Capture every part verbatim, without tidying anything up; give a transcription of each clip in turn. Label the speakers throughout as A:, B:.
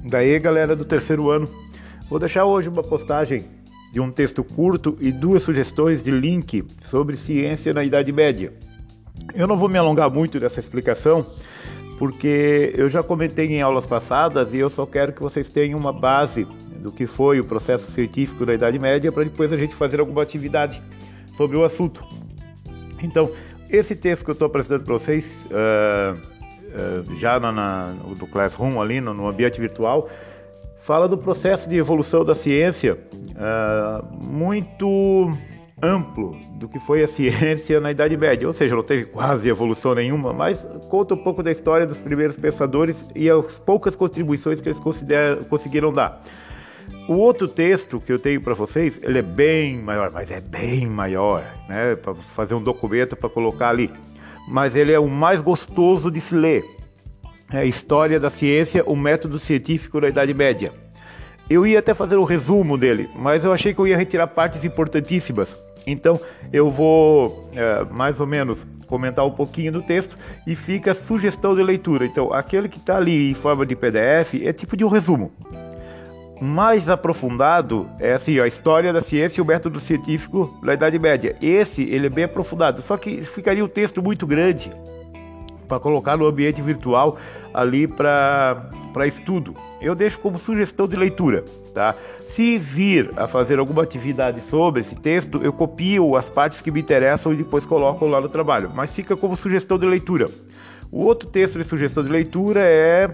A: Daí, galera do terceiro ano, vou deixar hoje uma postagem de um texto curto e duas sugestões de link sobre ciência na Idade Média. Eu não vou me alongar muito nessa explicação, porque eu já comentei em aulas passadas e eu só quero que vocês tenham uma base do que foi o processo científico da Idade Média para depois a gente fazer alguma atividade sobre o assunto. Então, esse texto que eu estou apresentando para vocês, uh, uh, já na, na, no Classroom, ali no, no ambiente virtual, fala do processo de evolução da ciência uh, muito amplo do que foi a ciência na Idade Média, ou seja, não teve quase evolução nenhuma, mas conta um pouco da história dos primeiros pensadores e as poucas contribuições que eles conseguiram dar. O outro texto que eu tenho para vocês, ele é bem maior, mas é bem maior, né, para fazer um documento para colocar ali, mas ele é o mais gostoso de se ler. É a História da Ciência, o Método Científico da Idade Média. Eu ia até fazer um resumo dele, mas eu achei que eu ia retirar partes importantíssimas. Então eu vou é, mais ou menos comentar um pouquinho do texto e fica a sugestão de leitura. Então aquele que está ali em forma de P D F é tipo de um resumo. Mais aprofundado é assim, a História da Ciência e o Método Científico da Idade Média. Esse ele é bem aprofundado, só que ficaria um texto muito grande para colocar no ambiente virtual ali para para estudo. Eu deixo como sugestão de leitura, tá? Se vir a fazer alguma atividade sobre esse texto, eu copio as partes que me interessam e depois coloco lá no trabalho, mas fica como sugestão de leitura. O outro texto de sugestão de leitura é,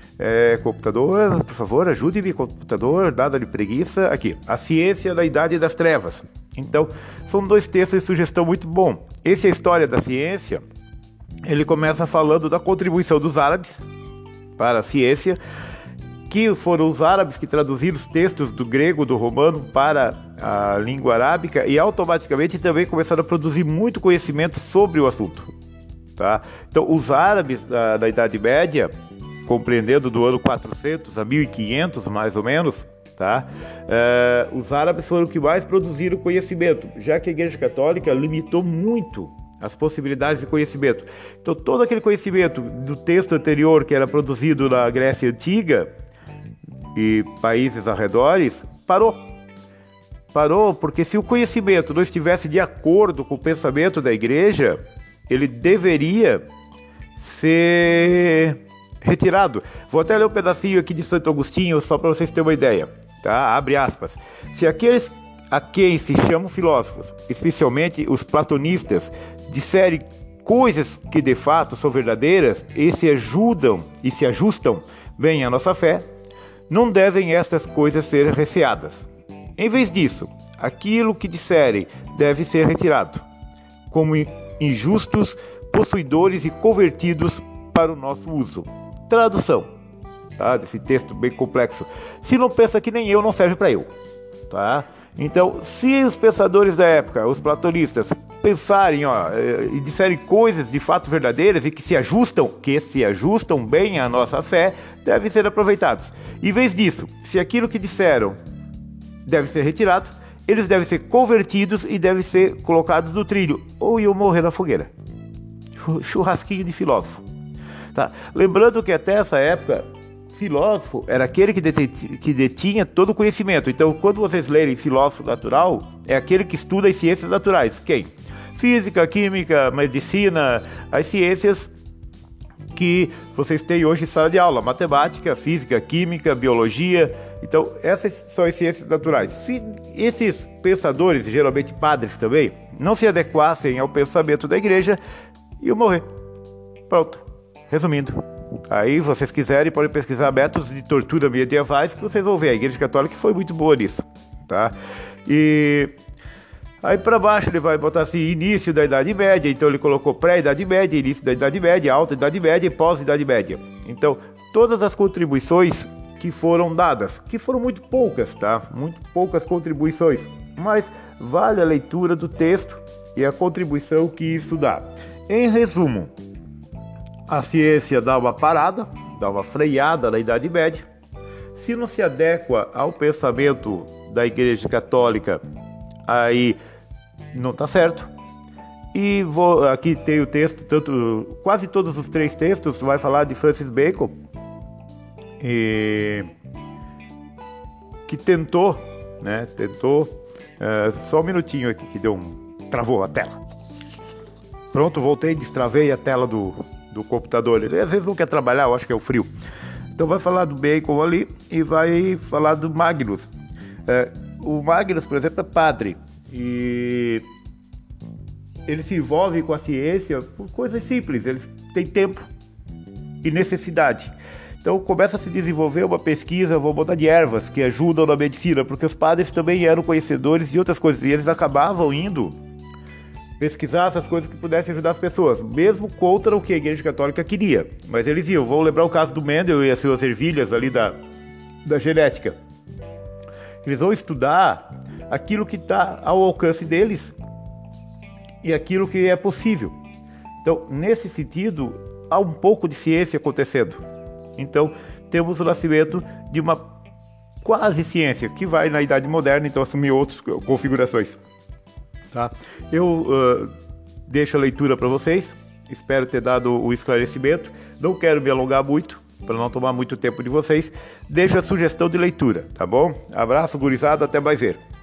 A: é computador, por favor, ajude-me, computador, nada de preguiça, aqui, A Ciência da Idade das Trevas. Então, são dois textos de sugestão muito bom. Esse é a História da Ciência. Ele começa falando da contribuição dos árabes para a ciência, que foram os árabes que traduziram os textos do grego, do romano para a língua arábica e automaticamente também começaram a produzir muito conhecimento sobre o assunto, tá? Então, os árabes da, da Idade Média, compreendendo do ano quatrocentos a mil e quinhentos mais ou menos, tá? É, os árabes foram os que mais produziram conhecimento, já que a Igreja Católica limitou muito as possibilidades de conhecimento. Então, todo aquele conhecimento do texto anterior que era produzido na Grécia Antiga e países arredores, parou. Parou, porque se o conhecimento não estivesse de acordo com o pensamento da igreja, ele deveria ser retirado. Vou até ler um pedacinho aqui de Santo Agostinho, só para vocês terem uma ideia, tá? Abre aspas. Se aqueles a quem se chamam filósofos, especialmente os platonistas, disserem coisas que de fato são verdadeiras e se ajudam e se ajustam bem à nossa fé, não devem estas coisas ser receadas. Em vez disso, aquilo que disserem deve ser retirado, como injustos, possuidores e convertidos para o nosso uso. Tradução, tá? Desse texto bem complexo. Se não pensa que nem eu, não serve para eu, tá? Então, se os pensadores da época, os platonistas, pensarem ó, e disserem coisas de fato verdadeiras e que se ajustam, que se ajustam bem à nossa fé, devem ser aproveitados. Em vez disso, se aquilo que disseram deve ser retirado, eles devem ser convertidos e devem ser colocados no trilho, ou iam morrer na fogueira. Churrasquinho de filósofo. Tá? Lembrando que até essa época, filósofo era aquele que detinha, que detinha todo o conhecimento. Então, quando vocês lerem filósofo natural, é aquele que estuda as ciências naturais. Quem? Física, química, medicina, as ciências que vocês têm hoje em sala de aula. Matemática, física, química, biologia. Então, essas são as ciências naturais. Se esses pensadores, geralmente padres também, não se adequassem ao pensamento da igreja, iam morrer. Pronto. Resumindo. Aí, vocês quiserem, podem pesquisar métodos de tortura medievais que vocês vão ver. A Igreja Católica foi muito boa nisso, tá? E aí para baixo ele vai botar assim, início da Idade Média. Então ele colocou pré-Idade Média, início da Idade Média, alta Idade Média e pós-Idade Média. Então, todas as contribuições que foram dadas, que foram muito poucas, tá? Muito poucas contribuições, mas vale a leitura do texto e a contribuição que isso dá. Em resumo, a ciência dá uma parada, dá uma freada na Idade Média. Se não se adequa ao pensamento da Igreja Católica, aí não está certo. E vou, aqui tem o texto, tanto, quase todos os três textos vai falar de Francis Bacon. e que tentou, né, tentou, uh, só um minutinho aqui que deu um, travou a tela. Pronto, voltei, destravei a tela do, do computador. Ele às vezes não quer trabalhar, eu acho que é o frio. Então vai falar do Bacon ali e vai falar do Magnus. Uh, o Magnus, por exemplo, é padre e ele se envolve com a ciência por coisas simples, eles têm tempo e necessidade. Então começa a se desenvolver uma pesquisa, vou botar de ervas, que ajudam na medicina, porque os padres também eram conhecedores de outras coisas, e eles acabavam indo pesquisar essas coisas que pudessem ajudar as pessoas, mesmo contra o que a Igreja Católica queria. Mas eles iam, vou lembrar o caso do Mendel e as suas ervilhas ali da, da genética. Eles vão estudar aquilo que está ao alcance deles e aquilo que é possível. Então, nesse sentido, há um pouco de ciência acontecendo. Então, temos o nascimento de uma quase ciência, que vai na Idade Moderna, então assumir outras configurações. Tá? Eu uh, deixo a leitura para vocês, espero ter dado o esclarecimento. Não quero me alongar muito, para não tomar muito tempo de vocês. Deixo a sugestão de leitura, tá bom? Abraço, gurizada, até mais ver.